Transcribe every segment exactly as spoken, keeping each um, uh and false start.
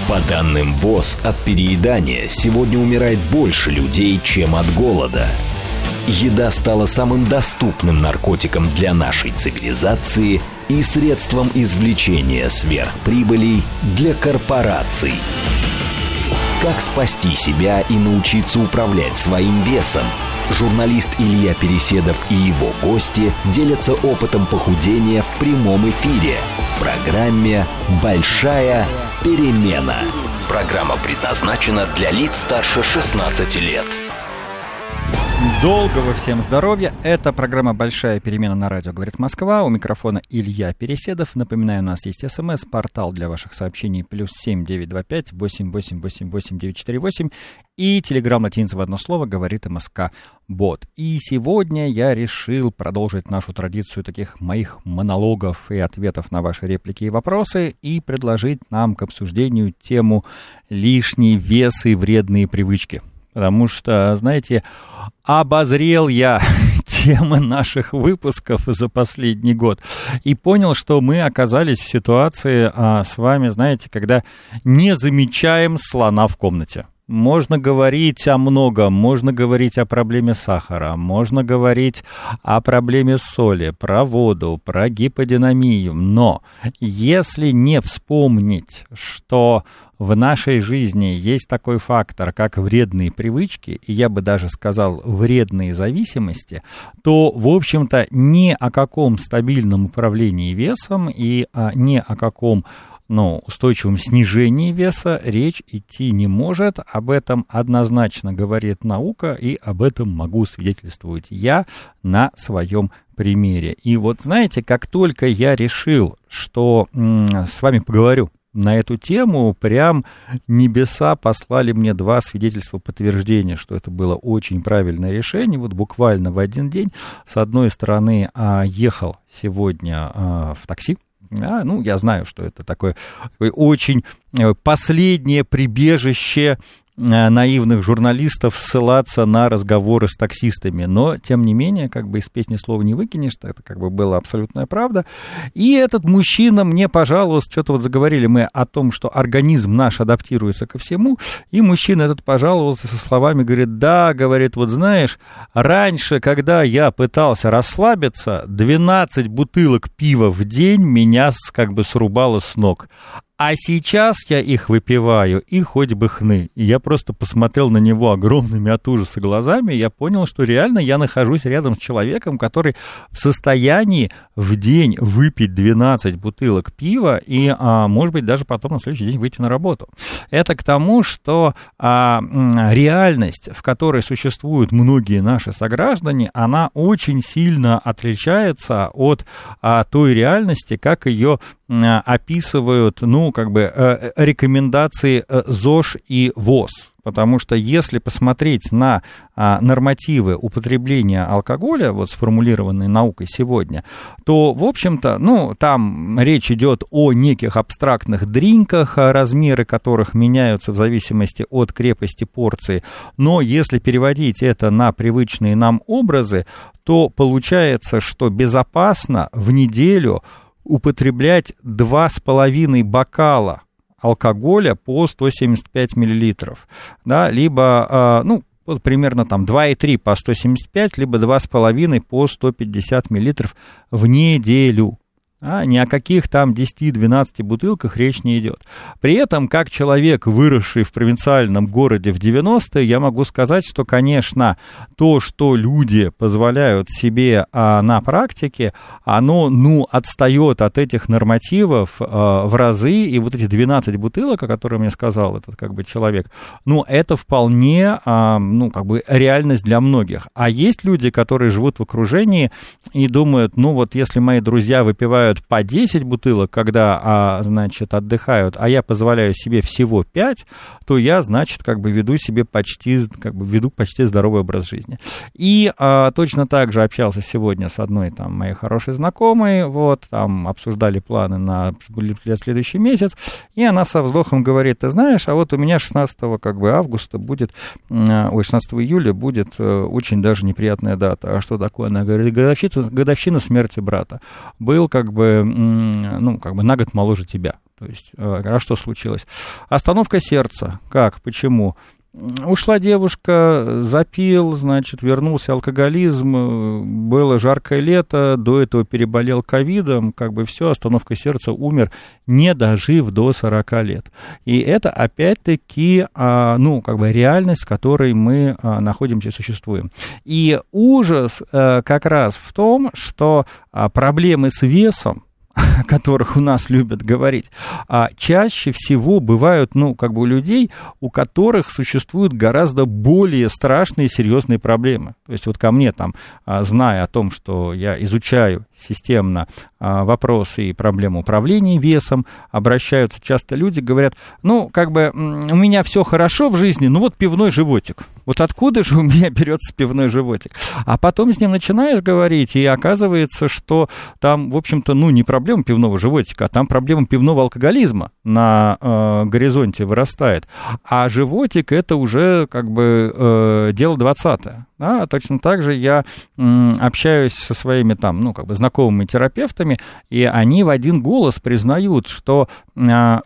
По данным ВОЗ, от переедания сегодня умирает больше людей, чем от голода. Еда стала самым доступным наркотиком для нашей цивилизации и средством извлечения сверхприбылей для корпораций. Как спасти себя и научиться управлять своим весом? Журналист Илья Переседов и его гости делятся опытом похудения в прямом эфире в программе «Большая перемена». Программа предназначена для лиц старше шестнадцати лет. Долгого всем здоровья. Это программа «Большая перемена» на радио «Говорит Москва». У микрофона Илья Переседов. Напоминаю, у нас есть СМС, портал для ваших сообщений плюс семь девятьсот двадцать пять восемь восемь восемь восемь девять четыре восемь и телеграм латиница в одно слово «Говорит МСК Бот». И сегодня я решил продолжить нашу традицию таких моих монологов и ответов на ваши реплики и вопросы и предложить нам к обсуждению тему «Лишний вес и вредные привычки». Потому что, знаете, обозрел я темы наших выпусков за последний год и понял, что мы оказались в ситуации а, с вами, знаете, когда не замечаем слона в комнате. Можно говорить о многом, можно говорить о проблеме сахара, можно говорить о проблеме соли, про воду, про гиподинамию, но если не вспомнить, что в нашей жизни есть такой фактор, как вредные привычки, и я бы даже сказал вредные зависимости, то, в общем-то, ни о каком стабильном управлении весом и а, ни о каком но устойчивом снижении веса речь идти не может. Об этом однозначно говорит наука, и об этом могу свидетельствовать я на своем примере. И вот знаете, как только я решил, что м- с вами поговорю на эту тему, прям небеса послали мне два свидетельства подтверждения, что это было очень правильное решение. Вот буквально в один день, с одной стороны, ехал сегодня в такси. А, ну, я знаю, что это такое, такое очень последнее прибежище наивных журналистов ссылаться на разговоры с таксистами, но, тем не менее, как бы из песни слова не выкинешь, это как бы была абсолютная правда. И этот мужчина мне пожаловался, что-то вот заговорили мы о том, что организм наш адаптируется ко всему, и мужчина этот пожаловался со словами, говорит, да, говорит, вот знаешь, раньше, когда я пытался расслабиться, двенадцать бутылок пива в день меня как бы срубало с ног. А сейчас я их выпиваю, и хоть бы хны. И я просто посмотрел на него огромными от ужаса глазами, и я понял, что реально я нахожусь рядом с человеком, который в состоянии в день выпить двенадцать бутылок пива и, а, может быть, даже потом на следующий день выйти на работу. Это к тому, что а, реальность, в которой существуют многие наши сограждане, она очень сильно отличается от а, той реальности, как ее а, описывают, ну, как бы э, рекомендации э, ЗОЖ и ВОЗ. Потому что если посмотреть на а, нормативы употребления алкоголя, вот сформулированные наукой сегодня, то, в общем-то, ну, там речь идет о неких абстрактных дринках, размеры которых меняются в зависимости от крепости порции. Но если переводить это на привычные нам образы, то получается, что безопасно в неделю употреблять два с половиной бокала алкоголя по сто семьдесят пять миллилитров, да, либо, ну, вот примерно там два и три по сто семьдесят пять, либо два с половиной по сто пятьдесят миллилитров в неделю. А, ни о каких там десяти-двенадцати бутылках речь не идет. При этом, как человек, выросший в провинциальном городе в девяностые, я могу сказать, что, конечно, то, что люди позволяют себе а, на практике, оно, ну, отстает от этих нормативов а, в разы, и вот эти двенадцать бутылок, о которых мне сказал этот, как бы, человек, ну, это вполне, а, ну, как бы, реальность для многих. А есть люди, которые живут в окружении и думают, ну, вот если мои друзья выпивают по десять бутылок, когда, а, значит, отдыхают, а я позволяю себе всего пять, то я, значит, как бы веду себе почти, как бы веду почти здоровый образ жизни. И а, точно так же общался сегодня с одной там моей хорошей знакомой, вот, там обсуждали планы на следующий месяц, и она со вздохом говорит, ты знаешь, а вот у меня шестнадцатого как бы августа будет, ой, шестнадцатого июля будет очень даже неприятная дата. А что такое? Она говорит, годовщина, годовщина смерти брата. Был как бы, ну, как бы на год моложе тебя. То есть, а что случилось? Остановка сердца. Как? Почему? Ушла девушка, запил, значит, вернулся алкоголизм, было жаркое лето, до этого переболел ковидом, как бы все, остановка сердца, умер, не дожив до сорока лет. И это, опять-таки, ну, как бы реальность, в которой мы находимся и существуем. И ужас как раз в том, что проблемы с весом, о которых у нас любят говорить, а чаще всего бывают, ну, как бы у людей, у которых существуют гораздо более страшные и серьезные проблемы. То есть вот ко мне там, зная о том, что я изучаю системно вопросы и проблемы управления весом, обращаются часто люди, говорят, ну, как бы у меня все хорошо в жизни, ну вот пивной животик. Вот откуда же у меня берется пивной животик? А потом с ним начинаешь говорить, и оказывается, что там, в общем-то, ну, не проблема пивного животика, а там проблема пивного алкоголизма на э, горизонте вырастает. А животик — это уже, как бы, э, дело двадцатое. Да? Точно так же я м, общаюсь со своими там, ну, как бы, знакомыми терапевтами, и они в один голос признают, что э,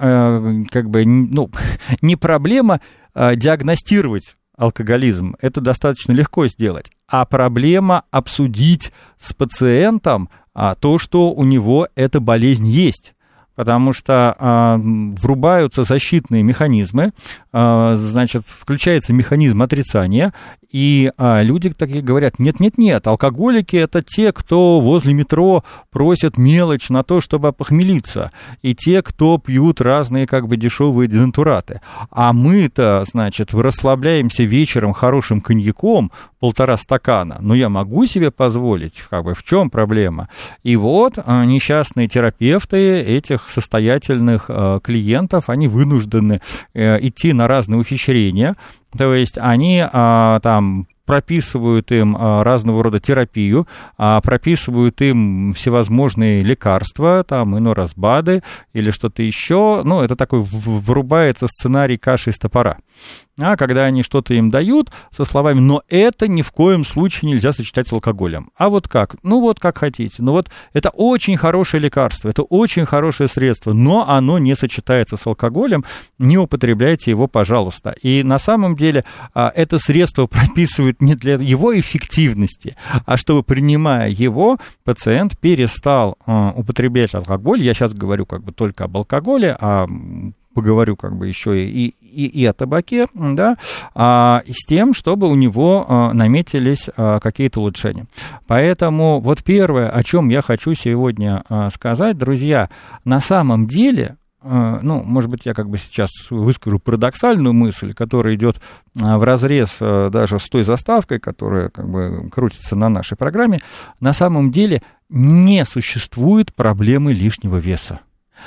э, как бы, ну, не проблема э, диагностировать алкоголизм, это достаточно легко сделать, а проблема обсудить с пациентом а, то, что у него эта болезнь есть. Потому что а, врубаются защитные механизмы, а, значит, включается механизм отрицания, и а, люди такие говорят, нет-нет-нет, алкоголики — это те, кто возле метро просят мелочь на то, чтобы опохмелиться, и те, кто пьют разные, как бы, дешевые денатураты. А мы-то, значит, расслабляемся вечером хорошим коньяком, полтора стакана, но я могу себе позволить, как бы, в чем проблема? И вот а, несчастные терапевты этих состоятельных а, клиентов, они вынуждены а, идти на разные ухищрения. То есть они а, там прописывают им а, разного рода терапию, а, прописывают им всевозможные лекарства, там, инораз БАДы или что-то еще. Ну, это такой врубается сценарий каши из топора. А когда они что-то им дают со словами, но это ни в коем случае нельзя сочетать с алкоголем. А вот как? Ну вот как хотите. Ну вот это очень хорошее лекарство, это очень хорошее средство, но оно не сочетается с алкоголем, не употребляйте его, пожалуйста. И на самом деле это средство прописывают не для его эффективности, а чтобы, принимая его, пациент перестал употреблять алкоголь. Я сейчас говорю как бы только об алкоголе, а поговорю как бы еще и, и, и о табаке, да, а, с тем, чтобы у него а, наметились а, какие-то улучшения. Поэтому вот первое, о чем я хочу сегодня а, сказать, друзья, на самом деле, а, ну, может быть, я как бы сейчас выскажу парадоксальную мысль, которая идет а, вразрез а, даже с той заставкой, которая как бы крутится на нашей программе, на самом деле не существует проблемы лишнего веса.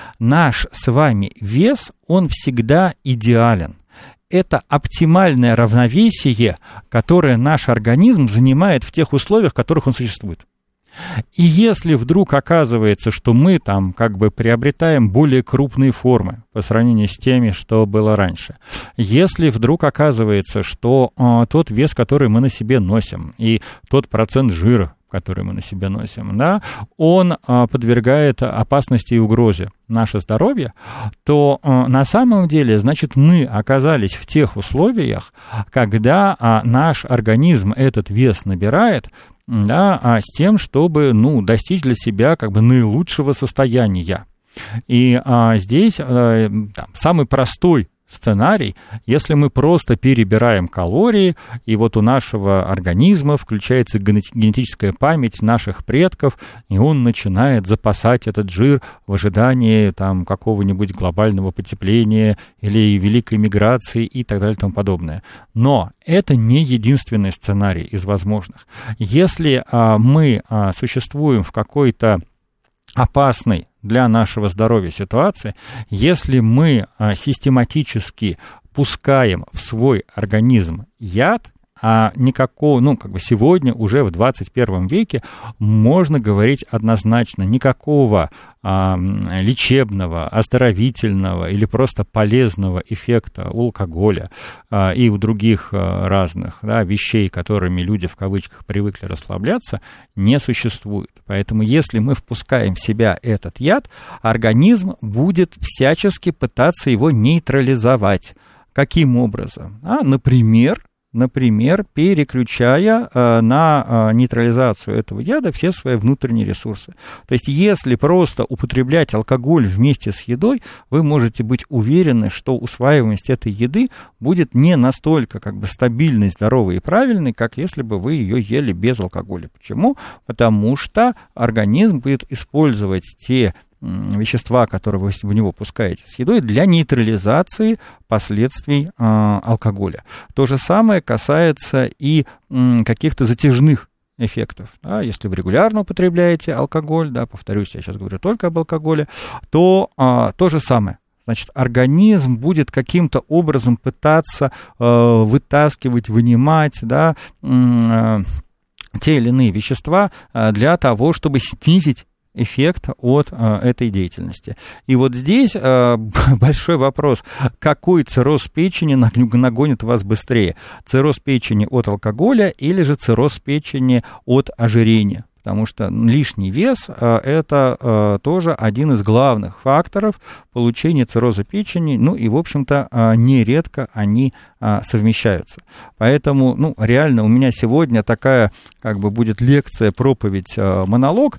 Наш с вами вес, он всегда идеален. Это оптимальное равновесие, которое наш организм занимает в тех условиях, в которых он существует. И если вдруг оказывается, что мы там как бы приобретаем более крупные формы по сравнению с теми, что было раньше, если вдруг оказывается, что э, тот вес, который мы на себе носим, и тот процент жира, который мы на себе носим, да, он а, подвергает опасности и угрозе наше здоровье, то а, на самом деле, значит, мы оказались в тех условиях, когда а, наш организм этот вес набирает, да, а, с тем, чтобы, ну, достичь для себя как бы наилучшего состояния. И а, здесь а, там, самый простой сценарий, если мы просто перебираем калории, и вот у нашего организма включается генетическая память наших предков, и он начинает запасать этот жир в ожидании там какого-нибудь глобального потепления или великой миграции и так далее и тому подобное. Но это не единственный сценарий из возможных. Если а, мы а, существуем в какой-то опасной для нашего здоровья ситуации, если мы а, систематически пускаем в свой организм яд, а никакого, ну, как бы сегодня, уже в двадцать первом веке, можно говорить однозначно, никакого а, лечебного, оздоровительного или просто полезного эффекта у алкоголя а, и у других а, разных, да, вещей, которыми люди в кавычках привыкли расслабляться, не существует. Поэтому если мы впускаем в себя этот яд, организм будет всячески пытаться его нейтрализовать. Каким образом? А, например, например, переключая э, на э, нейтрализацию этого яда все свои внутренние ресурсы. То есть, если просто употреблять алкоголь вместе с едой, вы можете быть уверены, что усваиваемость этой еды будет не настолько как бы стабильной, здоровой и правильной, как если бы вы ее ели без алкоголя. Почему? Потому что организм будет использовать те вещества, которые вы в него пускаете с едой, для нейтрализации последствий э, алкоголя. То же самое касается и э, каких-то затяжных эффектов. Да, если вы регулярно употребляете алкоголь, да, повторюсь, я сейчас говорю только об алкоголе, то э, то же самое. Значит, организм будет каким-то образом пытаться э, вытаскивать, вынимать, да, э, те или иные вещества э, для того, чтобы снизить эффект от а, этой деятельности. И вот здесь а, большой вопрос, какой цирроз печени нагонит вас быстрее? Цирроз печени от алкоголя или же цирроз печени от ожирения? Потому что лишний вес а, – это а, тоже один из главных факторов получения цирроза печени, ну и, в общем-то, а, нередко они а, совмещаются. Поэтому, ну, реально у меня сегодня такая, как бы, будет лекция, проповедь, а, монолог.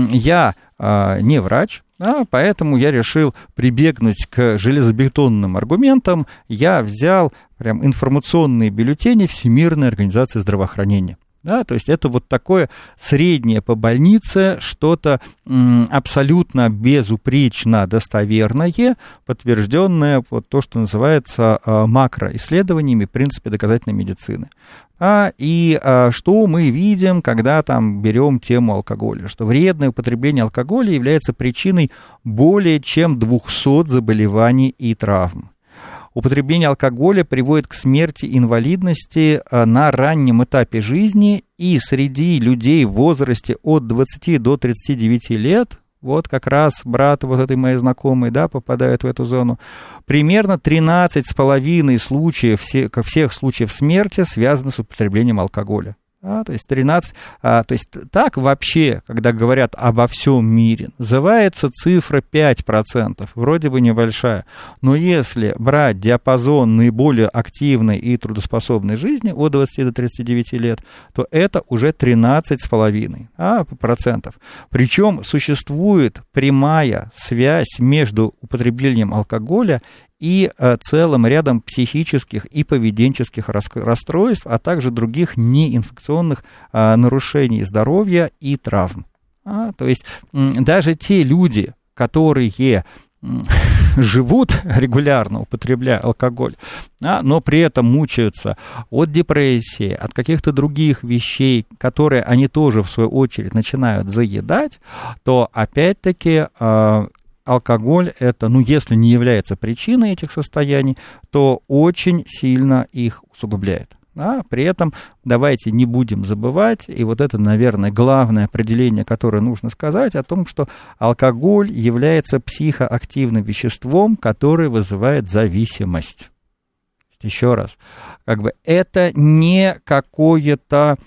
Я а, не врач, да, поэтому я решил прибегнуть к железобетонным аргументам. Я взял прям информационные бюллетени Всемирной организации здравоохранения. Да, то есть это вот такое среднее по больнице, что-то м, абсолютно безупречно достоверное, подтвержденное вот то, что называется а, макроисследованиями в принципе доказательной медицины. А, и а, что мы видим, когда там берем тему алкоголя? Что вредное употребление алкоголя является причиной более чем двухсот заболеваний и травм. Употребление алкоголя приводит к смерти, инвалидности на раннем этапе жизни, и среди людей в возрасте от двадцати до тридцати девяти лет, вот как раз брат вот этой моей знакомой, да, попадает в эту зону, примерно тринадцать с половиной случаев, все, всех случаев смерти связаны с употреблением алкоголя. А, то есть тринадцать, а, то есть так вообще, когда говорят обо всем мире, называется цифра пять процентов, вроде бы небольшая, но если брать диапазон наиболее активной и трудоспособной жизни от двадцати до тридцати девяти лет, то это уже тринадцать с половиной процентов. Причем существует прямая связь между употреблением алкоголя и э, целым рядом психических и поведенческих расстройств, а также других неинфекционных э, нарушений здоровья и травм. А, то есть м, даже те люди, которые м, живут регулярно, употребляя алкоголь, а, но при этом мучаются от депрессии, от каких-то других вещей, которые они тоже, в свою очередь, начинают заедать, то опять-таки э, алкоголь это, ну, если не является причиной этих состояний, то очень сильно их усугубляет. А при этом давайте не будем забывать, и вот это, наверное, главное определение, которое нужно сказать, о том, что алкоголь является психоактивным веществом, которое вызывает зависимость. Еще раз, как бы это не какое-то,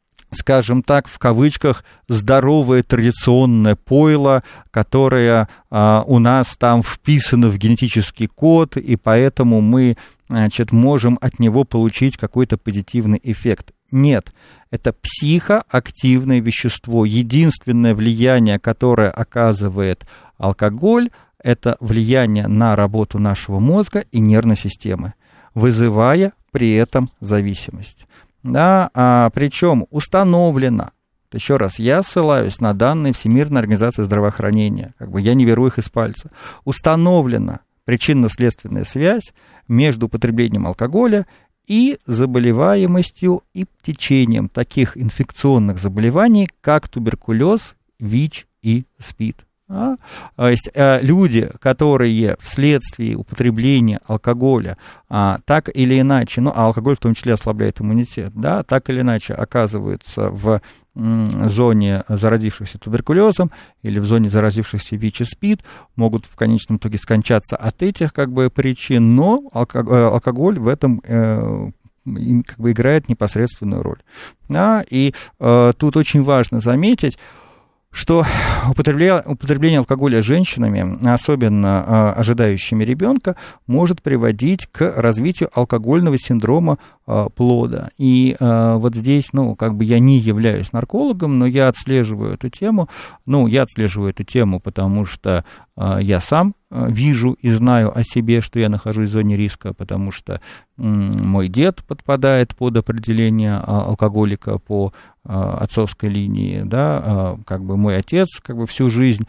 скажем так, в кавычках, здоровое традиционное пойло, которое а, у нас там вписано в генетический код, и поэтому мы, значит, можем от него получить какой-то позитивный эффект. Нет, это психоактивное вещество. Единственное влияние, которое оказывает алкоголь, это влияние на работу нашего мозга и нервной системы, вызывая при этом зависимость. Да, а, причем установлено, еще раз, я ссылаюсь на данные Всемирной организации здравоохранения, как бы я не беру их из пальца, установлена причинно-следственная связь между употреблением алкоголя и заболеваемостью и течением таких инфекционных заболеваний, как туберкулез, ВИЧ и СПИД. А? То есть а, люди, которые вследствие употребления алкоголя а, так или иначе, ну, а алкоголь в том числе ослабляет иммунитет, да, так или иначе оказываются в зоне заразившихся туберкулезом или в зоне заразившихся ВИЧ и СПИД, могут в конечном итоге скончаться от этих как бы причин, но алкоголь в этом э, как бы играет непосредственную роль. Да? И э, тут очень важно заметить, что употребление, употребление алкоголя женщинами, особенно э, ожидающими ребенка, может приводить к развитию алкогольного синдрома э, плода. И э, вот здесь, ну, как бы я не являюсь наркологом, но я отслеживаю эту тему. Ну, я отслеживаю эту тему, потому что э, я сам э, вижу и знаю о себе, что я нахожусь в зоне риска, потому что э, мой дед подпадает под определение э, алкоголика по отцовской линии, да, как бы мой отец как бы всю жизнь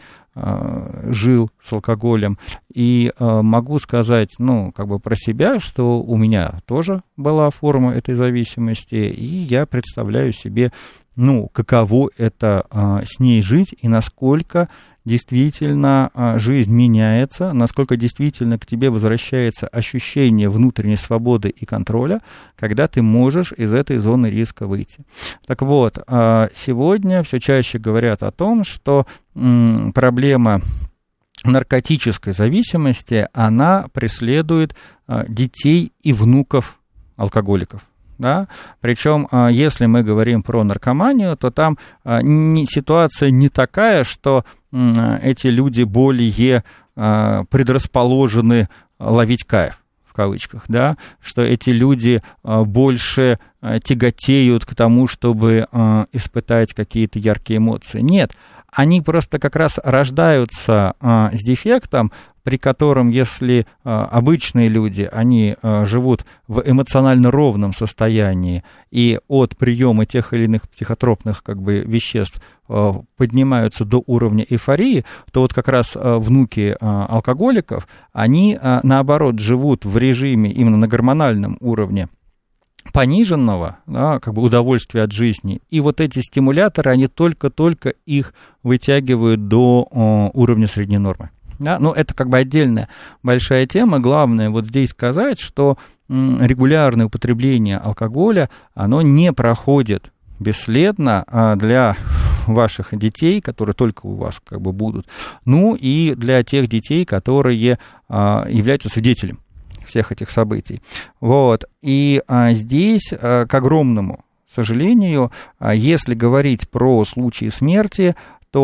жил с алкоголем, и могу сказать, ну, как бы про себя, что у меня тоже была форма этой зависимости, и я представляю себе, ну, каково это с ней жить и насколько действительно жизнь меняется, насколько действительно к тебе возвращается ощущение внутренней свободы и контроля, когда ты можешь из этой зоны риска выйти. Так вот, сегодня все чаще говорят о том, что проблема наркотической зависимости, она преследует детей и внуков алкоголиков. Да? Причем, если мы говорим про наркоманию, то там не, ситуация не такая, что эти люди более предрасположены ловить кайф, в кавычках, да? Что эти люди больше тяготеют к тому, чтобы испытать какие-то яркие эмоции. Нет, они просто как раз рождаются с дефектом, при котором, если а, обычные люди, они а, живут в эмоционально ровном состоянии и от приема тех или иных психотропных как бы, веществ а, поднимаются до уровня эйфории, то вот как раз а, внуки а, алкоголиков, они, а, наоборот, живут в режиме именно на гормональном уровне пониженного, да, как бы удовольствия от жизни, и вот эти стимуляторы, они только-только их вытягивают до а, уровня средней нормы. Да, ну, это как бы отдельная большая тема. Главное вот здесь сказать, что регулярное употребление алкоголя, оно не проходит бесследно для ваших детей, которые только у вас как бы будут, ну и для тех детей, которые являются свидетелем всех этих событий. Вот. И здесь, к огромному сожалению, если говорить про случаи смерти,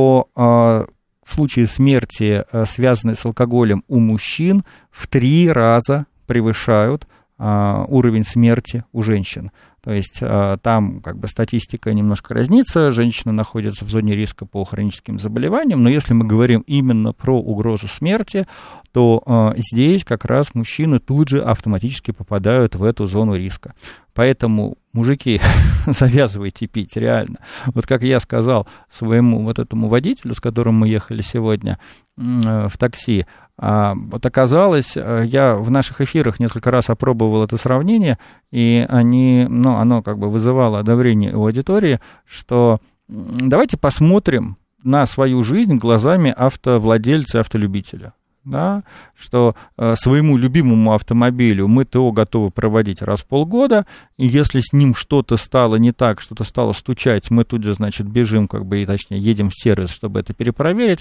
то случаи смерти, связанные с алкоголем у мужчин, в три раза превышают а, уровень смерти у женщин. То есть а, там как бы статистика немножко разнится, женщины находятся в зоне риска по хроническим заболеваниям, но если мы говорим именно про угрозу смерти, то а, здесь как раз мужчины тут же автоматически попадают в эту зону риска. Поэтому, мужики, завязывайте пить, реально. Вот как я сказал своему вот этому водителю, с которым мы ехали сегодня в такси, вот оказалось, я в наших эфирах несколько раз опробовал это сравнение, и они, ну, оно как бы вызывало одобрение у аудитории, что давайте посмотрим на свою жизнь глазами автовладельца, автолюбителя. Да, что э, своему любимому автомобилю мы ТО готовы проводить раз в полгода, и если с ним что-то стало не так, что-то стало стучать, мы тут же, значит, бежим, как бы, и точнее, едем в сервис, чтобы это перепроверить,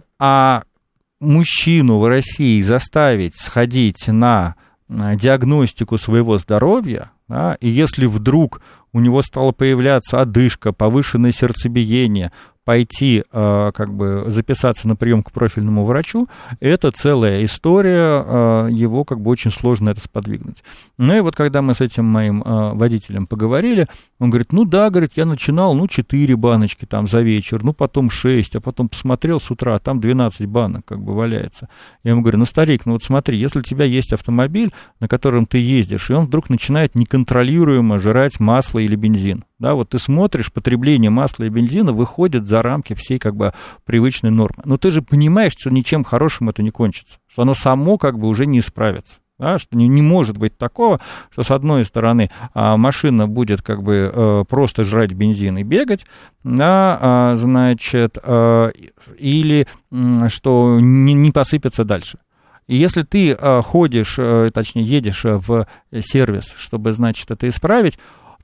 а мужчину в России заставить сходить на диагностику своего здоровья, да, и если вдруг у него стала появляться одышка, повышенное сердцебиение, пойти, как бы, записаться на прием к профильному врачу, это целая история, его как бы очень сложно это сподвигнуть. Ну и вот когда мы с этим моим водителем поговорили, он говорит, ну да, говорит, я начинал, ну, четыре баночки там за вечер, ну, потом шесть, а потом посмотрел с утра, там двенадцать банок как бы валяется. Я ему говорю, ну, старик, ну вот смотри, если у тебя есть автомобиль, на котором ты ездишь, и он вдруг начинает неконтролируемо жрать масло или бензин, да, вот ты смотришь, потребление масла и бензина выходит за рамки всей как бы привычной нормы. Но ты же понимаешь, что ничем хорошим это не кончится, что оно само как бы уже не исправится. Да, что не, не может быть такого, что с одной стороны а, машина будет как бы а, просто жрать бензин и бегать, да, а, значит, а, или а, что не, не посыпется дальше. И если ты а, ходишь, а, точнее едешь в сервис, чтобы, значит, это исправить,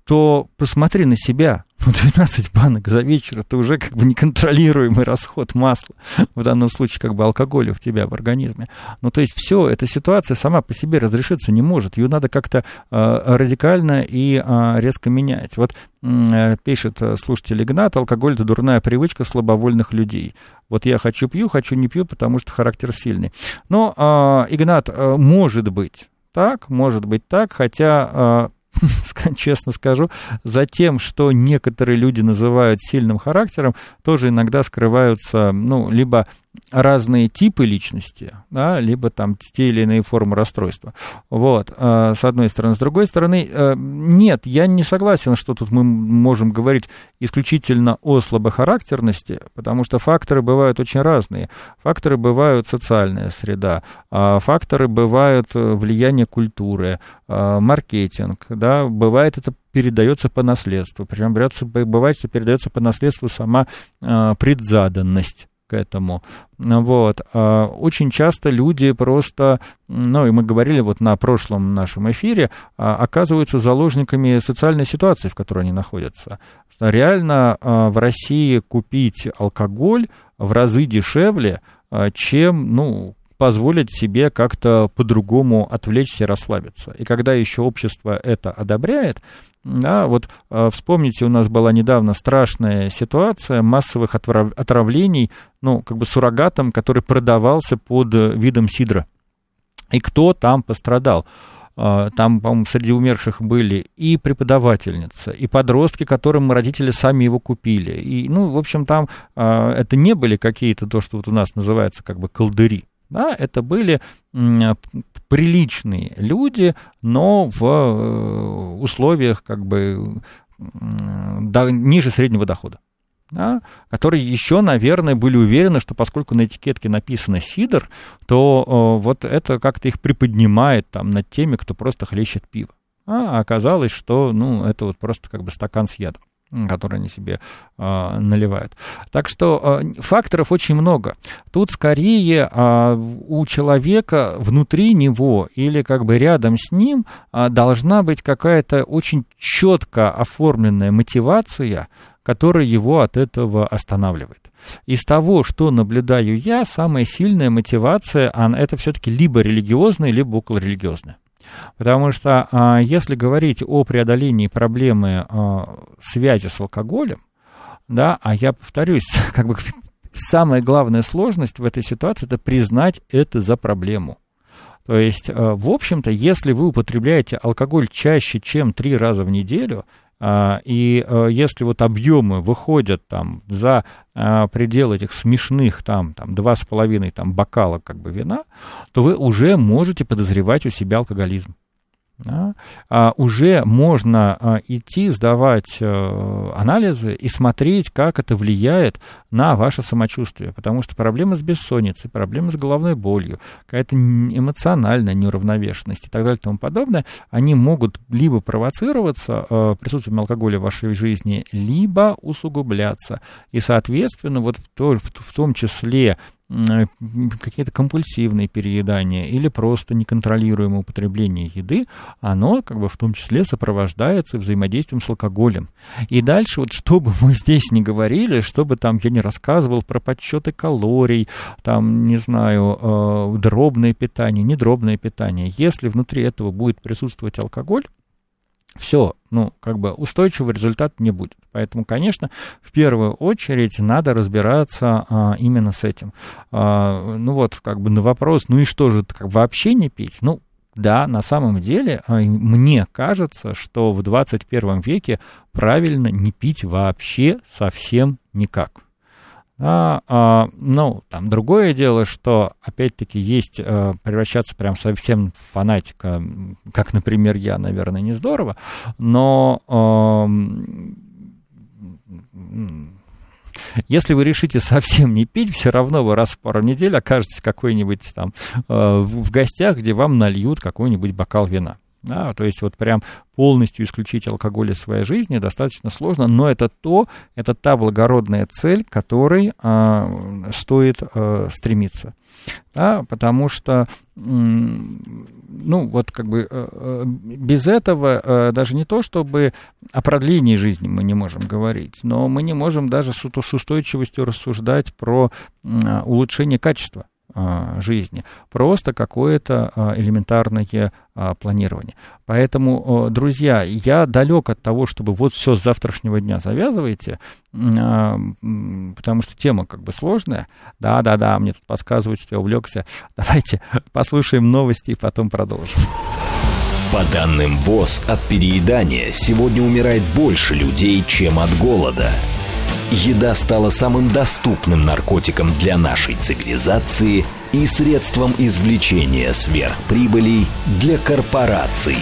то посмотри на себя. двенадцать банок за вечер — это уже как бы неконтролируемый расход масла, в данном случае как бы алкоголя в тебя в организме. Ну, то есть все, эта ситуация сама по себе разрешиться не может. Ее надо как-то э, радикально и э, резко менять. Вот э, пишет слушатель Игнат: алкоголь — это дурная привычка слабовольных людей. Вот я хочу пью, хочу не пью, потому что характер сильный. Но, э, Игнат, э, может быть так, может быть так, хотя... Э, честно скажу, за тем, что некоторые люди называют сильным характером, тоже иногда скрываются, ну, либо разные типы личности, да, либо там те или иные формы расстройства. Вот, с одной стороны. С другой стороны, нет, я не согласен, что тут мы можем говорить исключительно о слабохарактерности, потому что факторы бывают очень разные. Факторы бывают социальная среда, факторы бывают влияние культуры, маркетинг, да, бывает это передается по наследству, причем бывает, что передается по наследству сама предзаданность к этому. Вот. Очень часто люди просто, ну, и мы говорили вот на прошлом нашем эфире, оказываются заложниками социальной ситуации, в которой они находятся. Что реально в России купить алкоголь в разы дешевле, чем, ну, позволить себе как-то по-другому отвлечься и расслабиться. И когда еще общество это одобряет, да, вот э, вспомните, у нас была недавно страшная ситуация массовых отрав- отравлений, ну, как бы суррогатом, который продавался под видом сидра. И кто там пострадал? Э, там, по-моему, среди умерших были и преподавательница, и подростки, которым родители сами его купили. И, ну, в общем, там э, это не были какие-то, то, что вот у нас называется как бы колдыри. Да, это были м, приличные люди, но в условиях как бы м, да, ниже среднего дохода, да, которые еще, наверное, были уверены, что поскольку на этикетке написано «сидр», то о, вот это как-то их приподнимает там, над теми, кто просто хлещет пиво. А оказалось, что ну, это вот просто как бы стакан с ядом, которые они себе э, наливают. Так что э, факторов очень много. Тут скорее э, у человека внутри него или как бы рядом с ним э, должна быть какая-то очень четко оформленная мотивация, которая его от этого останавливает. Из того, что наблюдаю я, самая сильная мотивация, она, это все-таки либо религиозная, либо околорелигиозная. Потому что а, если говорить о преодолении проблемы а, связи с алкоголем, да, а я повторюсь, как бы самая главная сложность в этой ситуации — это признать это за проблему. То есть, а, в общем-то, если вы употребляете алкоголь чаще, чем три раза в неделю, а, и а, если вот объемы выходят там за а, пределы этих смешных там, там два с половиной там, бокала как бы вина, то вы уже можете подозревать у себя алкоголизм. Да? А, уже можно а, идти сдавать а, анализы и смотреть, как это влияет на ваше самочувствие, потому что проблемы с бессонницей, проблемы с головной болью, какая-то эмоциональная неуравновешенность и так далее и тому подобное, они могут либо провоцироваться а, присутствием алкоголя в вашей жизни, либо усугубляться. И, соответственно, вот в, то, в, в том числе какие-то компульсивные переедания или просто неконтролируемое употребление еды, оно как бы в том числе сопровождается взаимодействием с алкоголем. И дальше, вот что бы мы здесь ни говорили, что бы там я не рассказывал про подсчеты калорий, там, не знаю, э, дробное питание, недробное питание, если внутри этого будет присутствовать алкоголь, все, ну, как бы устойчивого результата не будет. Поэтому, конечно, в первую очередь надо разбираться а, именно с этим. А, ну вот, как бы на вопрос, ну и что же, как вообще не пить? Ну, да, на самом деле, а, мне кажется, что в двадцать первом веке правильно не пить вообще совсем никак. А, а, ну, там другое дело, что, опять-таки, есть а, превращаться прям совсем в фанатика, как, например, я, наверное, не здорово, но а, Если вы решите совсем не пить, все равно вы раз в пару недель окажетесь какой-нибудь там э, в гостях, где вам нальют какой-нибудь бокал вина. Да, то есть вот прям полностью исключить алкоголь из своей жизни достаточно сложно, но это то, это та благородная цель, к которой э, стоит э, стремиться. Да, потому что, ну, вот как бы э, без этого э, даже не то, чтобы о продлении жизни мы не можем говорить, но мы не можем даже с, с устойчивостью рассуждать про э, улучшение качества жизни, просто какое-то элементарное планирование. Поэтому, друзья, я далек от того, чтобы вот все с завтрашнего дня завязывайте, потому что тема как бы сложная. Да-да-да, мне тут подсказывают, что я увлекся. Давайте послушаем новости и потом продолжим. По данным ВОЗ, от переедания сегодня умирает больше людей, чем от голода. Еда стала самым доступным наркотиком для нашей цивилизации и средством извлечения сверхприбылей для корпораций.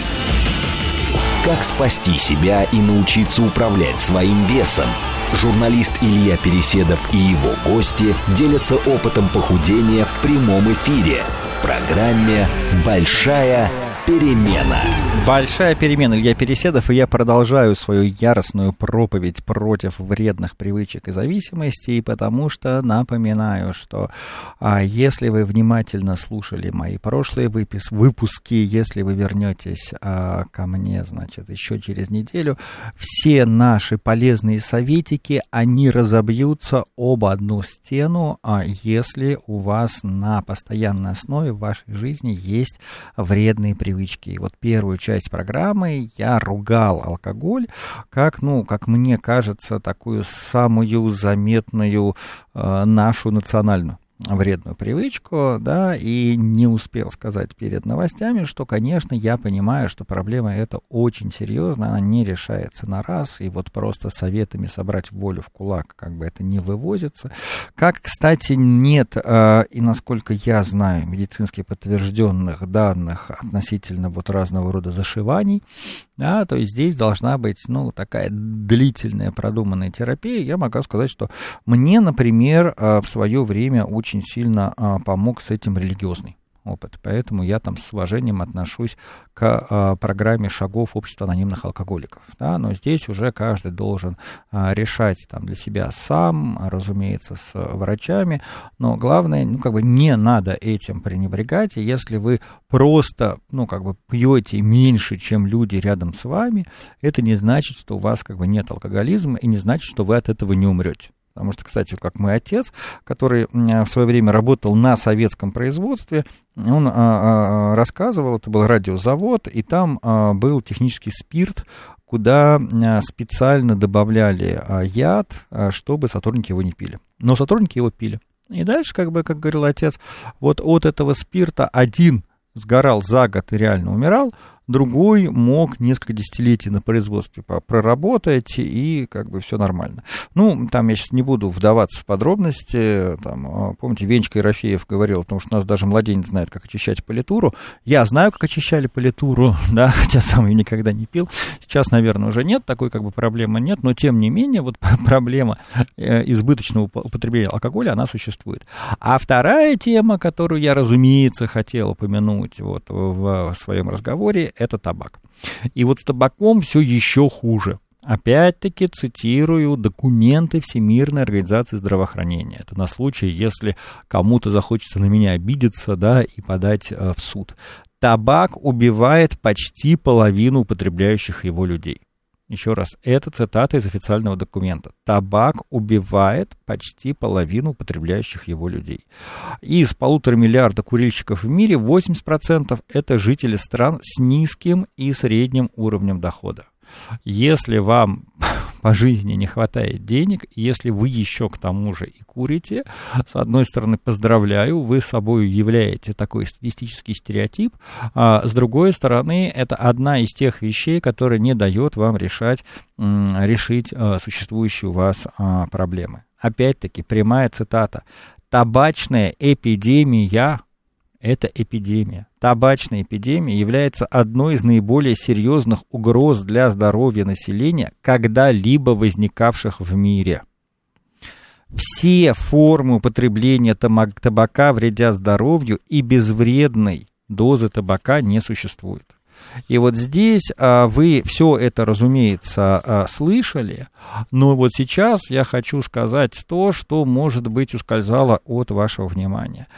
Как спасти себя и научиться управлять своим весом? Журналист Илья Переседов и его гости делятся опытом похудения в прямом эфире в программе «Большая перемена». Большая перемена. Илья Переседов, и я продолжаю свою яростную проповедь против вредных привычек и зависимостей, потому что напоминаю, что а, если вы внимательно слушали мои прошлые выпис, выпуски, если вы вернетесь а, ко мне, значит, еще через неделю, все наши полезные советики, они разобьются об одну стену, а если у вас на постоянной основе в вашей жизни есть вредные привычки. И вот первую часть программы я ругал алкоголь как, ну, как мне кажется, такую самую заметную э, нашу национальную вредную привычку, да, и не успел сказать перед новостями, что, конечно, я понимаю, что проблема эта очень серьезная, она не решается на раз, и вот просто советами собрать волю в кулак, как бы это не вывозится. Как, кстати, нет, э, и насколько я знаю, медицински подтвержденных данных относительно вот разного рода зашиваний, да, то есть здесь должна быть, ну, такая длительная продуманная терапия. Я могу сказать, что мне, например, э, в свое время очень очень сильно а, помог с этим религиозный опыт. Поэтому я там с уважением отношусь к а, программе шагов общества анонимных алкоголиков. Да? Но здесь уже каждый должен а, решать там, для себя сам, разумеется, с врачами. Но главное, ну, как бы не надо этим пренебрегать. И если вы просто, ну, как бы пьете меньше, чем люди рядом с вами, это не значит, что у вас как бы нет алкоголизма, и не значит, что вы от этого не умрете. Потому что, кстати, как мой отец, который в свое время работал на советском производстве, он а, а, рассказывал, это был радиозавод, и там а, был технический спирт, куда а, специально добавляли а, яд, а, чтобы сотрудники его не пили. Но сотрудники его пили. И дальше, как бы, как говорил отец, вот от этого спирта один сгорал за год и реально умирал, другой мог несколько десятилетий на производстве проработать, и как бы все нормально. Ну, там я сейчас не буду вдаваться в подробности. Там, помните, Венечка Ерофеев говорил, потому что у нас даже младенец знает, как очищать политуру. Я знаю, как очищали политуру, да, хотя сам ее никогда не пил. Сейчас, наверное, уже нет, такой как бы проблемы нет, но тем не менее, вот проблема избыточного употребления алкоголя, она существует. А вторая тема, которую я, разумеется, хотел упомянуть вот в своем разговоре, это табак. И вот с табаком все еще хуже. Опять-таки цитирую документы Всемирной организации здравоохранения. Это на случай, если кому-то захочется на меня обидеться, да, и подать э, в суд. Табак убивает почти половину употребляющих его людей. Еще раз, это цитата из официального документа. Табак убивает почти половину употребляющих его людей. Из полутора миллиарда курильщиков в мире восемьдесят процентов это жители стран с низким и средним уровнем дохода. Если вам по жизни не хватает денег, если вы еще к тому же и курите, с одной стороны, поздравляю, вы собой являете такой статистический стереотип, а с другой стороны, это одна из тех вещей, которая не дает вам решать, решить существующие у вас проблемы. Опять-таки, прямая цитата. «Табачная эпидемия». Это эпидемия. Табачная эпидемия является одной из наиболее серьезных угроз для здоровья населения, когда-либо возникавших в мире. все формы употребления табака вредят здоровью, и безвредной дозы табака не существует. И вот здесь а, вы все это, разумеется, а, слышали, но вот сейчас я хочу сказать то, что, может быть, ускользало от вашего внимания.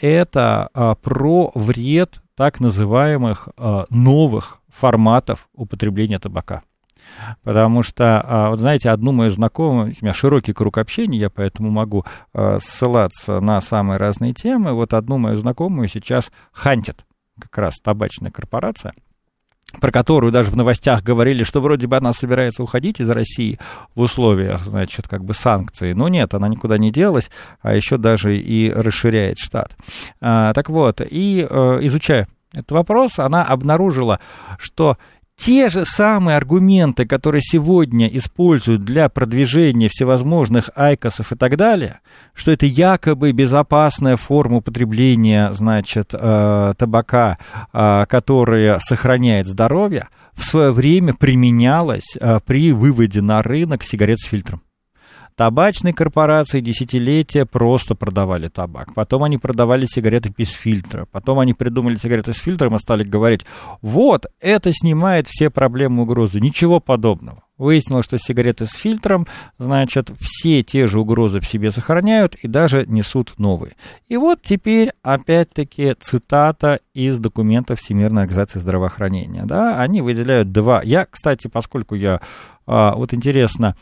Это а, про вред так называемых а, новых форматов употребления табака. Потому что, вот знаете, одну мою знакомую, у меня широкий круг общения, я поэтому могу ссылаться на самые разные темы, вот одну мою знакомую сейчас хантит как раз табачная корпорация, про которую даже в новостях говорили, что вроде бы она собирается уходить из России в условиях, значит, как бы санкций. Но нет, она никуда не делась, а еще даже и расширяет штат. А, так вот, и э, изучая этот вопрос, она обнаружила, что те же самые аргументы, которые сегодня используют для продвижения всевозможных айкосов и так далее, что это якобы безопасная форма употребления, значит, э, табака, э, которая сохраняет здоровье, в свое время применялась э, при выводе на рынок сигарет с фильтром. Табачные корпорации десятилетия просто продавали табак. Потом они продавали сигареты без фильтра. Потом они придумали сигареты с фильтром и стали говорить, вот, это снимает все проблемы, угрозы. Ничего подобного. Выяснилось, что сигареты с фильтром, значит, все те же угрозы в себе сохраняют и даже несут новые. И вот теперь, опять-таки, цитата из документов Всемирной организации здравоохранения. Да, они выделяют два. Я, кстати, поскольку я, а, вот интересно,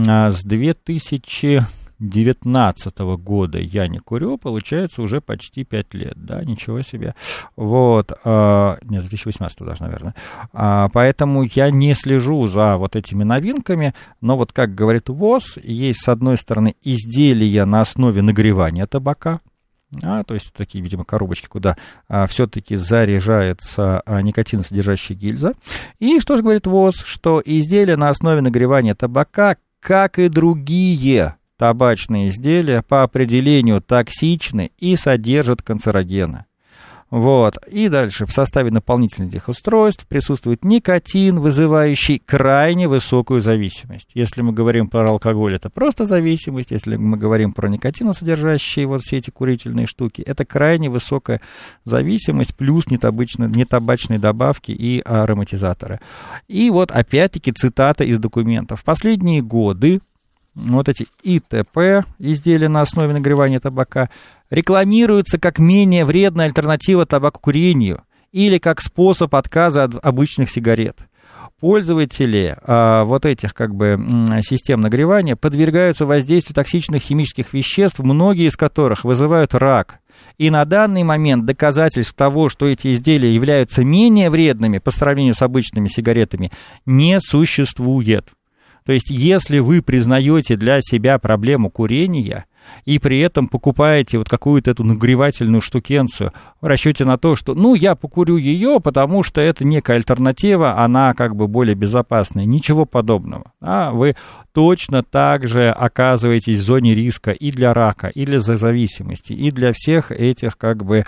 с две тысячи девятнадцатого года я не курю, получается, уже почти пять лет, да, ничего себе. Вот, а, нет, с две тысячи восемнадцатого даже, наверное. А, поэтому я не слежу за вот этими новинками, но вот, как говорит ВОЗ, есть, с одной стороны, изделия на основе нагревания табака, а, то есть такие, видимо, коробочки, куда а, все-таки заряжается а, никотиносодержащая гильза. И что же говорит ВОЗ, что изделия на основе нагревания табака, как и другие табачные изделия, по определению токсичны и содержат канцерогены. Вот. И дальше. В составе наполнительных этих устройств присутствует никотин, вызывающий крайне высокую зависимость. Если мы говорим про алкоголь, это просто зависимость. Если мы говорим про никотиносодержащие вот все эти курительные штуки, это крайне высокая зависимость плюс нетабачные, нетабачные добавки и ароматизаторы. И вот опять-таки цитата из документов. В последние годы вот эти ИТП, изделия на основе нагревания табака, рекламируются как менее вредная альтернатива табакокурению или как способ отказа от обычных сигарет. Пользователи а, вот этих как бы систем нагревания подвергаются воздействию токсичных химических веществ, многие из которых вызывают рак. И на данный момент доказательств того, что эти изделия являются менее вредными по сравнению с обычными сигаретами, не существует. То есть, если вы признаете для себя проблему курения и при этом покупаете вот какую-то эту нагревательную штукенцию в расчете на то, что, ну, я покурю ее, потому что это некая альтернатива, она как бы более безопасная. Ничего подобного. А вы точно так же оказываетесь в зоне риска и для рака, и для зависимости, и для всех этих как бы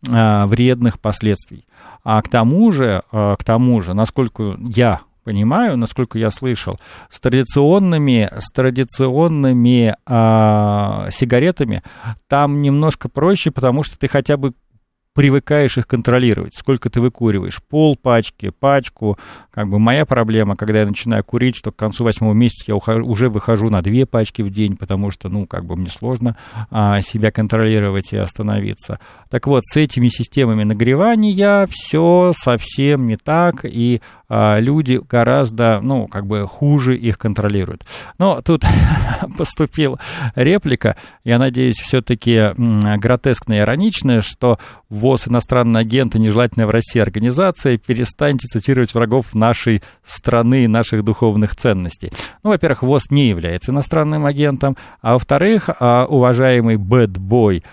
вредных последствий. А к тому же, к тому же, насколько я понимаю, насколько я слышал, с традиционными, с традиционными а, сигаретами там немножко проще, потому что ты хотя бы привыкаешь их контролировать, сколько ты выкуриваешь, пол пачки, пачку, как бы моя проблема, когда я начинаю курить, что к концу восьмого месяца я ухожу, уже выхожу на две пачки в день, потому что, ну, как бы мне сложно а, себя контролировать и остановиться. Так вот, с этими системами нагревания все совсем не так, и а, люди гораздо, ну, как бы хуже их контролируют. Но тут поступила реплика, я надеюсь, все-таки гротескная и ироничная, что ВОЗ, иностранные агенты, нежелательная в России организация, перестаньте цитировать врагов нашей страны и наших духовных ценностей. Ну, во-первых, ВОЗ не является иностранным агентом, а во-вторых, уважаемый бэдбой,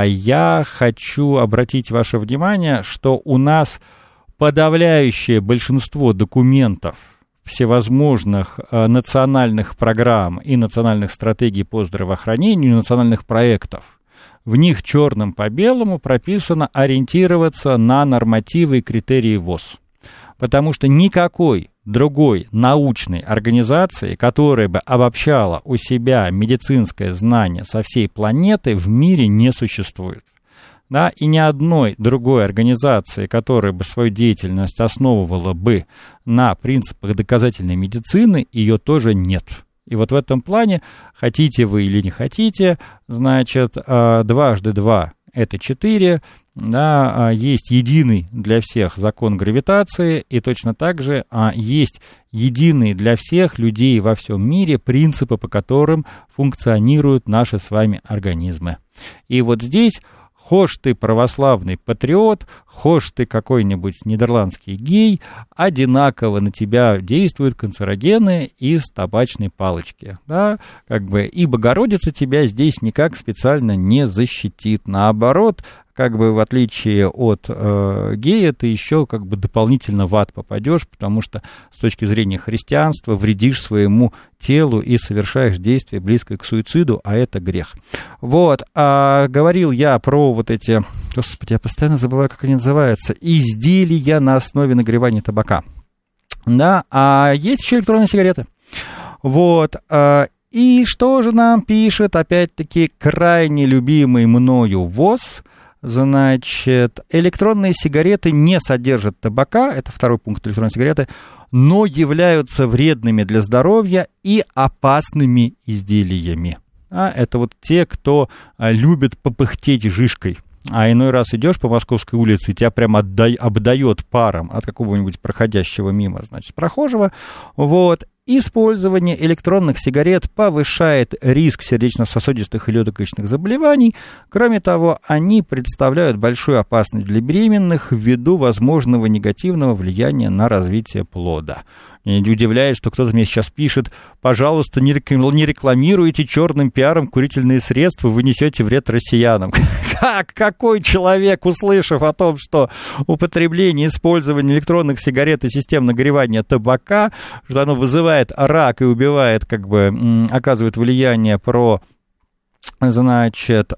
я хочу обратить ваше внимание, что у нас подавляющее большинство документов всевозможных национальных программ и национальных стратегий по здравоохранению, национальных проектов, в них черным по белому прописано ориентироваться на нормативы и критерии ВОЗ. Потому что никакой другой научной организации, которая бы обобщала у себя медицинское знание со всей планеты, в мире не существует. Да, и ни одной другой организации, которая бы свою деятельность основывала бы на принципах доказательной медицины, ее тоже нет. И вот в этом плане, хотите вы или не хотите, значит, дважды два — это четыре, да, есть единый для всех закон гравитации, и точно так же есть единые для всех людей во всем мире принципы, по которым функционируют наши с вами организмы. И вот здесь... Хошь ты православный патриот, хошь ты какой-нибудь нидерландский гей, одинаково на тебя действуют канцерогены из табачной палочки, да, как бы, и Богородица тебя здесь никак специально не защитит, наоборот, как бы в отличие от э, гея, ты еще как бы дополнительно в ад попадешь, потому что с точки зрения христианства вредишь своему телу и совершаешь действие, близкое к суициду, а это грех. Вот, а говорил я про вот эти, господи, я постоянно забываю, как они называются, изделия на основе нагревания табака. Да, а есть еще электронные сигареты. Вот, а, и что же нам пишет, опять-таки, крайне любимый мною ВОЗ? Значит, электронные сигареты не содержат табака, это второй пункт электронной сигареты, но являются вредными для здоровья и опасными изделиями. А это вот те, кто а, любит попыхтеть жишкой. А иной раз идешь по Московской улице, и тебя прям отдай, обдает паром от какого-нибудь проходящего мимо, значит, прохожего. Вот. Использование электронных сигарет повышает риск сердечно-сосудистых и легочных заболеваний. Кроме того, они представляют большую опасность для беременных ввиду возможного негативного влияния на развитие плода. Меня не удивляет, что кто-то мне сейчас пишет: пожалуйста, не рекламируйте черным пиаром курительные средства, вы несете вред россиянам. Как? Какой человек, услышав о том, что употребление, использование электронных сигарет и систем нагревания табака, что оно вызывает рак и убивает, как бы, оказывает влияние про, значит,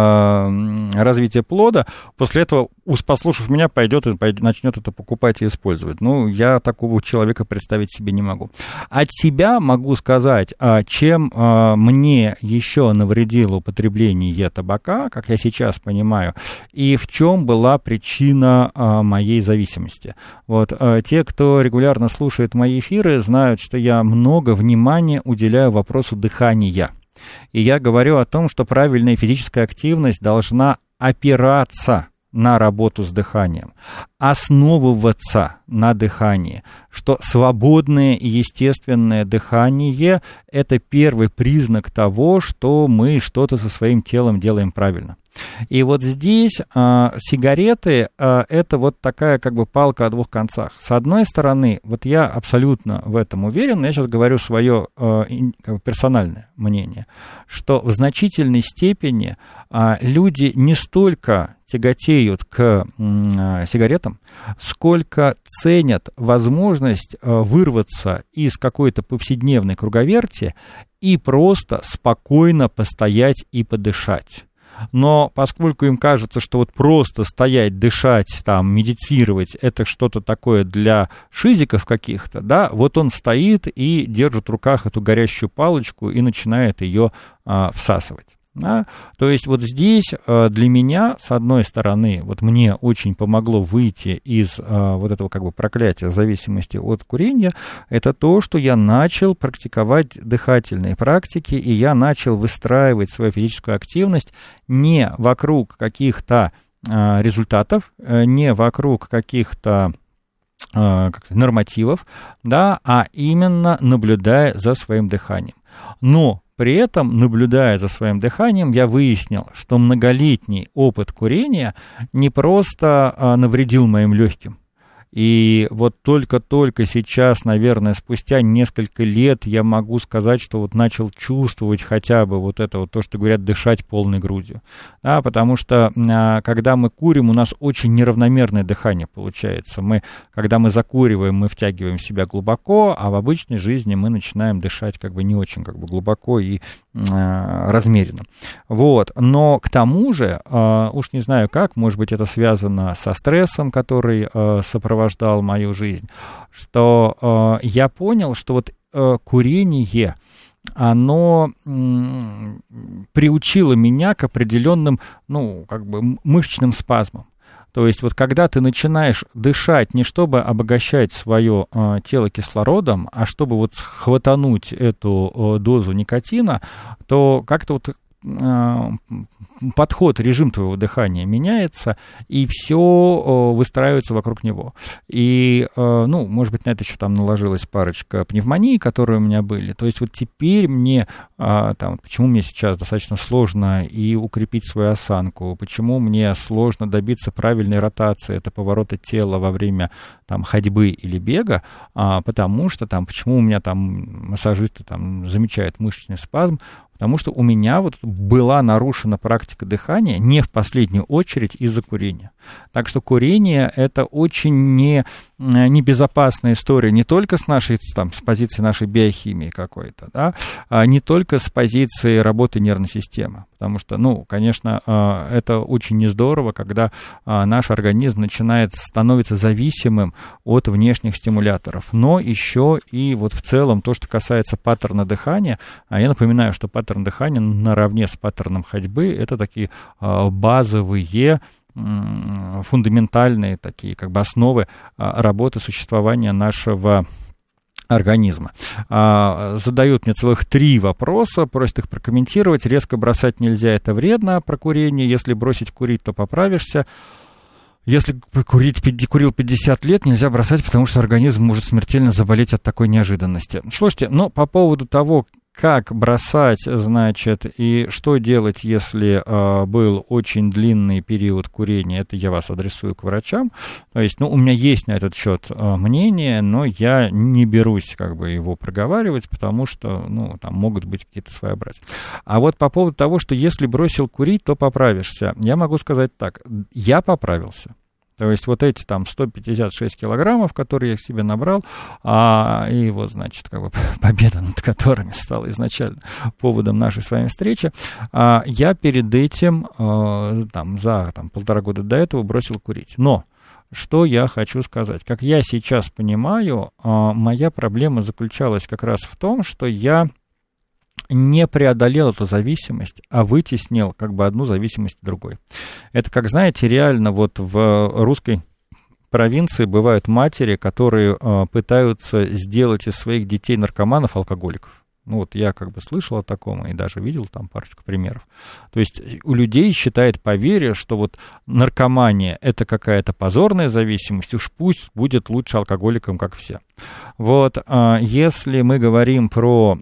развитие плода, после этого, послушав меня, пойдет и пойдет, начнет это покупать и использовать. Ну, я такого человека представить себе не могу. От себя могу сказать, чем мне еще навредило употребление табака, как я сейчас понимаю, и в чем была причина моей зависимости. Вот, те, кто регулярно слушает мои эфиры, знают, что я много внимания уделяю вопросу дыхания. И я говорю о том, что правильная физическая активность должна опираться на работу с дыханием, основываться на дыхании, что свободное и естественное дыхание – это первый признак того, что мы что-то со своим телом делаем правильно. И вот здесь а, сигареты а, это вот такая как бы палка о двух концах. С одной стороны, вот я абсолютно в этом уверен, я сейчас говорю свое а, как бы персональное мнение, что в значительной степени а, люди не столько тяготеют к а, сигаретам, сколько ценят возможность а, вырваться из какой-то повседневной круговерти и просто спокойно постоять и подышать. Но поскольку им кажется, что вот просто стоять, дышать, там, медитировать, это что-то такое для шизиков каких-то, да, вот он стоит и держит в руках эту горящую палочку и начинает ее а, всасывать. Да? То есть вот здесь для меня, с одной стороны, вот мне очень помогло выйти из а, вот этого как бы проклятия зависимости от курения, это то, что я начал практиковать дыхательные практики, и я начал выстраивать свою физическую активность не вокруг каких-то а, результатов, не вокруг каких-то а, как-то нормативов, да, а именно наблюдая за своим дыханием. Но при этом, наблюдая за своим дыханием, я выяснил, что многолетний опыт курения не просто а, навредил моим легким. И вот только-только сейчас, наверное, спустя несколько лет я могу сказать, что вот начал чувствовать хотя бы вот это вот то, что говорят, дышать полной грудью. Да, потому что а, когда мы курим, у нас очень неравномерное дыхание получается. Мы, когда мы закуриваем, мы втягиваем себя глубоко, а в обычной жизни мы начинаем дышать как бы не очень как бы глубоко и а, размеренно. Вот. Но к тому же, а, уж не знаю как, может быть, это связано со стрессом, который а, сопровождает сопровождал мою жизнь, что э, я понял, что вот э, курение, оно м, приучило меня к определенным, ну, как бы мышечным спазмам. То есть вот когда ты начинаешь дышать не чтобы обогащать свое э, тело кислородом, а чтобы вот хватануть эту э, дозу никотина, то как-то вот э, подход, режим твоего дыхания меняется, и все э, выстраивается вокруг него. И, э, ну, может быть, на это еще там наложилась парочка пневмоний, которые у меня были. То есть вот теперь мне, э, там, почему мне сейчас достаточно сложно и укрепить свою осанку, почему мне сложно добиться правильной ротации, это повороты тела во время там, ходьбы или бега, э, потому что там, почему у меня там массажисты там замечают мышечный спазм, потому что у меня вот была нарушена практика дыхания не в последнюю очередь из-за курения. Так что курение — это очень не, небезопасная история не только с нашей, там, с позиции нашей биохимии какой-то, да, а не только с позиции работы нервной системы. Потому что, ну, конечно, это очень нездорово, когда наш организм начинает становиться зависимым от внешних стимуляторов. Но еще и вот в целом то, что касается паттерна дыхания, я напоминаю, что паттерн дыхания наравне с паттерном ходьбы — это такие базовые, фундаментальные такие как бы основы работы существования нашего организма. Задают мне целых три вопроса, просят их прокомментировать. Резко бросать нельзя, это вредно, про курение. Если бросить курить, то поправишься. Если курить, курил пятьдесят лет, нельзя бросать, потому что организм может смертельно заболеть от такой неожиданности. Слушайте, но по поводу того, как бросать, значит, и что делать, если э, был очень длинный период курения, это я вас адресую к врачам. То есть, ну, у меня есть на этот счет э, мнение, но я не берусь как бы его проговаривать, потому что, ну, там могут быть какие-то своеобразия. А вот по поводу того, что если бросил курить, то поправишься, я могу сказать так, я поправился. То есть вот эти там сто пятьдесят шесть килограммов, которые я себе набрал, а, и вот, значит, как бы победа над которыми стала изначально поводом нашей с вами встречи, а, я перед этим, а, там, за там, полтора года до этого бросил курить. Но что я хочу сказать? Как я сейчас понимаю, а, моя проблема заключалась как раз в том, что я не преодолел эту зависимость, а вытеснил как бы одну зависимость другой. Это, как знаете, реально вот в русской провинции бывают матери, которые э, пытаются сделать из своих детей наркоманов алкоголиков. Ну вот я как бы слышал о таком и даже видел там парочку примеров. То есть у людей считает поверье, что вот наркомания — это какая-то позорная зависимость, уж пусть будет лучше алкоголиком, как все. Вот если мы говорим про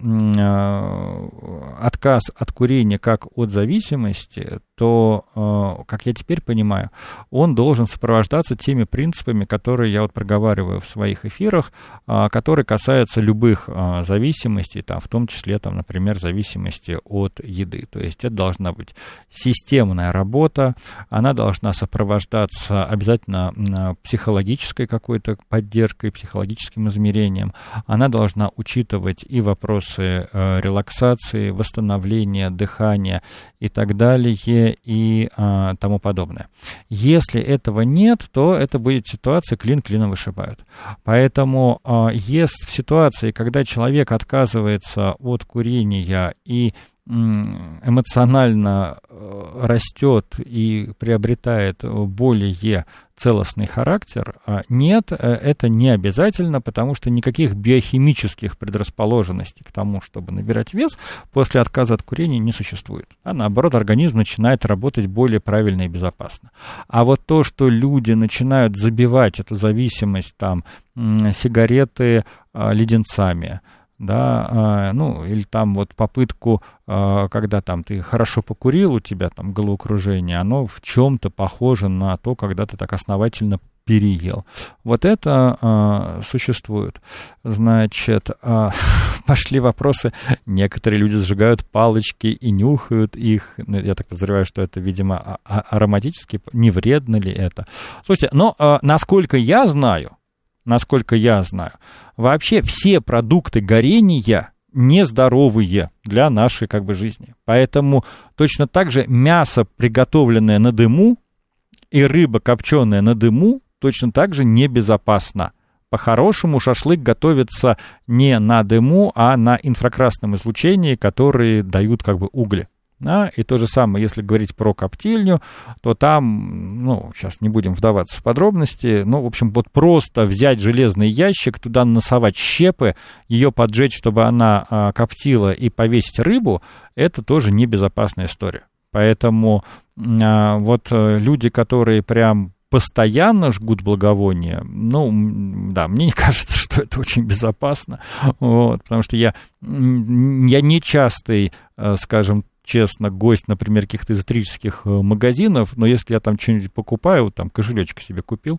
отказ от курения как от зависимости, то, как я теперь понимаю, он должен сопровождаться теми принципами, которые я вот проговариваю в своих эфирах, которые касаются любых зависимостей, там, в том числе, там, например, зависимости от еды. То есть это должна быть системная работа, она должна сопровождаться обязательно психологической какой-то поддержкой, психологическим измерением, она должна учитывать и вопросы релаксации, восстановления, дыхания и так далее, и а, тому подобное. Если этого нет, то это будет ситуация, клин клином вышибают. Поэтому а, есть в ситуации, когда человек отказывается от курения и эмоционально растет и приобретает более целостный характер, нет, это не обязательно, потому что никаких биохимических предрасположенностей к тому, чтобы набирать вес, после отказа от курения не существует. А наоборот, организм начинает работать более правильно и безопасно. А вот то, что люди начинают забивать эту зависимость, там, сигареты леденцами, да, ну, или там вот попытку, когда там ты хорошо покурил, у тебя там головокружение, оно в чем-то похоже на то, когда ты так основательно переел. Вот это а, существует. Значит, а, пошли вопросы. Некоторые люди сжигают палочки и нюхают их. Я так подозреваю, что это, видимо, а- ароматически. Не вредно ли это? Слушайте, но а, насколько я знаю, насколько я знаю, вообще все продукты горения нездоровые для нашей как бы жизни. Поэтому точно так же мясо, приготовленное на дыму, и рыба, копченая на дыму, точно так же небезопасно. По-хорошему шашлык готовится не на дыму, а на инфракрасном излучении, которые дают как бы угли. Да? И то же самое, если говорить про коптильню, то там, ну, сейчас не будем вдаваться в подробности, ну, в общем, вот просто взять железный ящик, туда насовать щепы, ее поджечь, чтобы она а, коптила, и повесить рыбу, это тоже небезопасная история. Поэтому а, вот люди, которые прям постоянно жгут благовония, ну, да, мне не кажется, что это очень безопасно, вот, потому что я, я не частый, скажем, честно, гость, например, каких-то эзотерических магазинов, но если я там что-нибудь покупаю, там кошелечек себе купил,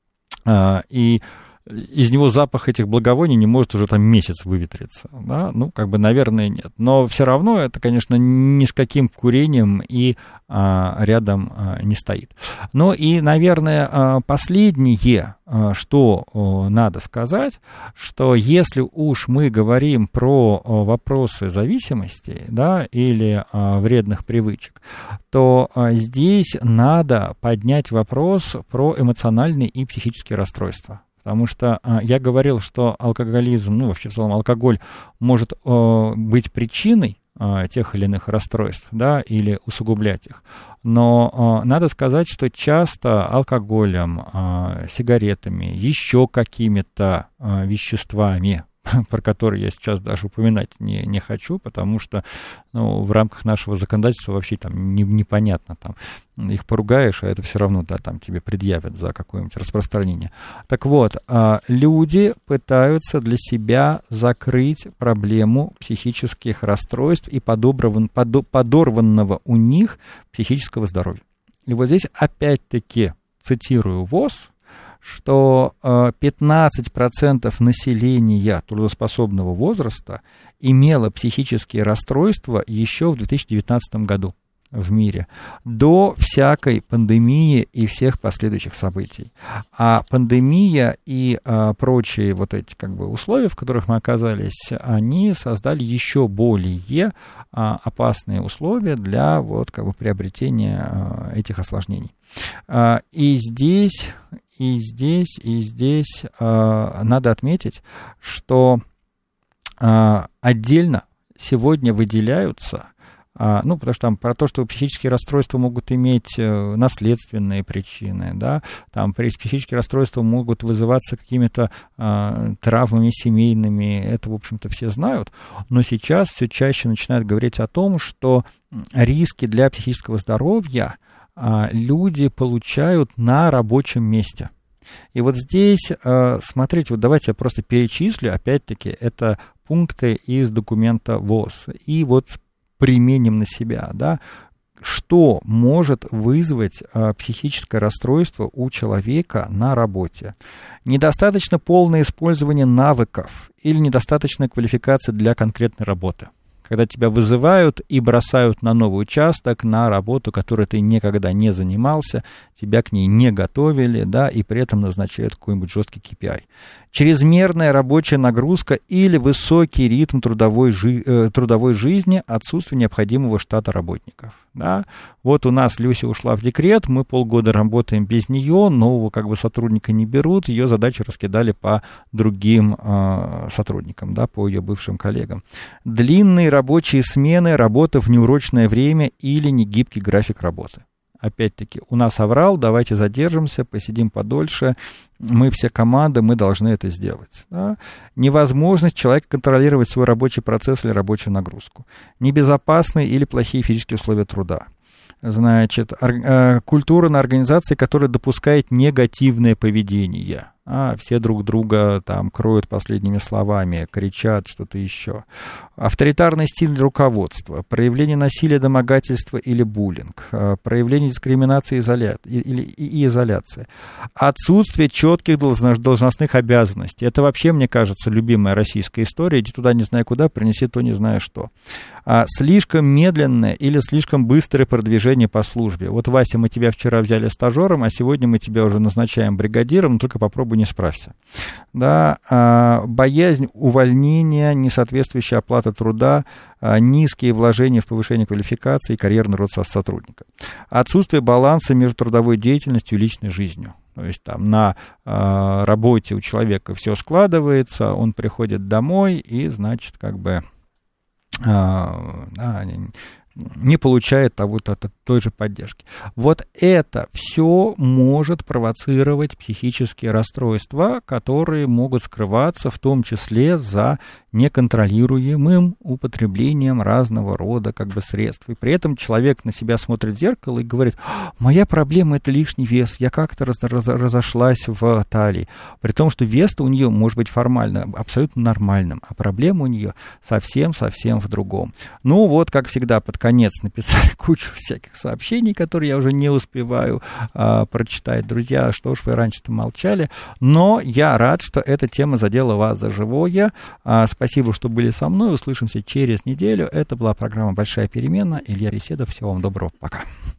и из него запах этих благовоний не может уже там месяц выветриться, да, ну, как бы, наверное, нет. Но все равно это, конечно, ни с каким курением и а, рядом а, не стоит. Ну и, наверное, а, последнее, а, что а, надо сказать, что если уж мы говорим про а, вопросы зависимости, да, или а, вредных привычек, то а, здесь надо поднять вопрос про эмоциональные и психические расстройства. Потому что а, я говорил, что алкоголизм, ну, вообще в целом алкоголь может а, быть причиной а, тех или иных расстройств, да, или усугублять их. Но а, надо сказать, что часто алкоголем, а, сигаретами, еще какими-то а, веществами, про которые я сейчас даже упоминать не, не хочу, потому что, ну, в рамках нашего законодательства вообще там не, непонятно, там их поругаешь, а это все равно, да, там тебе предъявят за какое-нибудь распространение. Так вот, люди пытаются для себя закрыть проблему психических расстройств и подобран, подо, подорванного у них психического здоровья. И вот здесь опять-таки цитирую ВОЗ, что пятнадцать процентов населения трудоспособного возраста имело психические расстройства еще в две тысячи девятнадцатом году в мире, до всякой пандемии и всех последующих событий. А пандемия и а, прочие вот эти как бы условия, в которых мы оказались, они создали еще более а, опасные условия для вот как бы приобретения а, этих осложнений. А, и здесь... И здесь, и здесь э, надо отметить, что э, отдельно сегодня выделяются, э, ну, потому что там про то, что психические расстройства могут иметь э, наследственные причины, да, там психические расстройства могут вызываться какими-то э, травмами семейными, это, в общем-то, все знают, но сейчас все чаще начинают говорить о том, что риски для психического здоровья люди получают на рабочем месте. И вот здесь, смотрите, вот давайте я просто перечислю, опять-таки, это пункты из документа ВОЗ, и вот применим на себя, да, что может вызвать психическое расстройство у человека на работе. Недостаточно полное использование навыков или недостаточная квалификация для конкретной работы. Когда тебя вызывают и бросают на новый участок, на работу, которой ты никогда не занимался, тебя к ней не готовили, да, и при этом назначают какой-нибудь жесткий кей пи ай. Чрезмерная рабочая нагрузка или высокий ритм трудовой, жи- э, трудовой жизни, отсутствие необходимого штата работников. Да. Вот у нас Люся ушла в декрет, мы полгода работаем без нее, нового как бы сотрудника не берут, ее задачи раскидали по другим э, сотрудникам, да, по ее бывшим коллегам. Длинные рабочие смены, работа в неурочное время или негибкий график работы. Опять-таки, у нас аврал, давайте задержимся, посидим подольше, мы все команда, мы должны это сделать. Да? Невозможность человека контролировать свой рабочий процесс или рабочую нагрузку. Небезопасные или плохие физические условия труда. Значит, ор- культура на организации, которая допускает негативное поведение. А все друг друга там кроют последними словами, кричат, что-то еще. Авторитарный стиль руководства, проявление насилия, домогательства или буллинг, проявление дискриминации изоля... или... и изоляции, отсутствие четких должностных обязанностей. Это вообще, мне кажется, любимая российская история. Иди туда не знаю куда, принеси то не знаю что. А слишком медленное или слишком быстрое продвижение по службе. Вот, Вася, мы тебя вчера взяли стажером, а сегодня мы тебя уже назначаем бригадиром, но только попробуй не справься. Да, а, боязнь увольнения, несоответствующая оплата труда, а, низкие вложения в повышение квалификации и карьерный рост сотрудника. Отсутствие баланса между трудовой деятельностью и личной жизнью. То есть там на э, работе у человека все складывается, он приходит домой и, значит, как бы... Э, да, не получает того-то, той же поддержки. Вот это все может провоцировать психические расстройства, которые могут скрываться в том числе за неконтролируемым употреблением разного рода как бы средств. И при этом человек на себя смотрит в зеркало и говорит: моя проблема — это лишний вес, я как-то раз, раз, разошлась в талии. При том, что вес-то у нее может быть формально абсолютно нормальным, а проблема у нее совсем-совсем в другом. Ну вот, как всегда, под конец написали кучу всяких сообщений, которые я уже не успеваю а, прочитать. Друзья, что ж вы раньше-то молчали? Но я рад, что эта тема задела вас за живое. А, спасибо, что были со мной. Услышимся через неделю. Это была программа «Большая перемена». Илья Переседов. Всего вам доброго. Пока.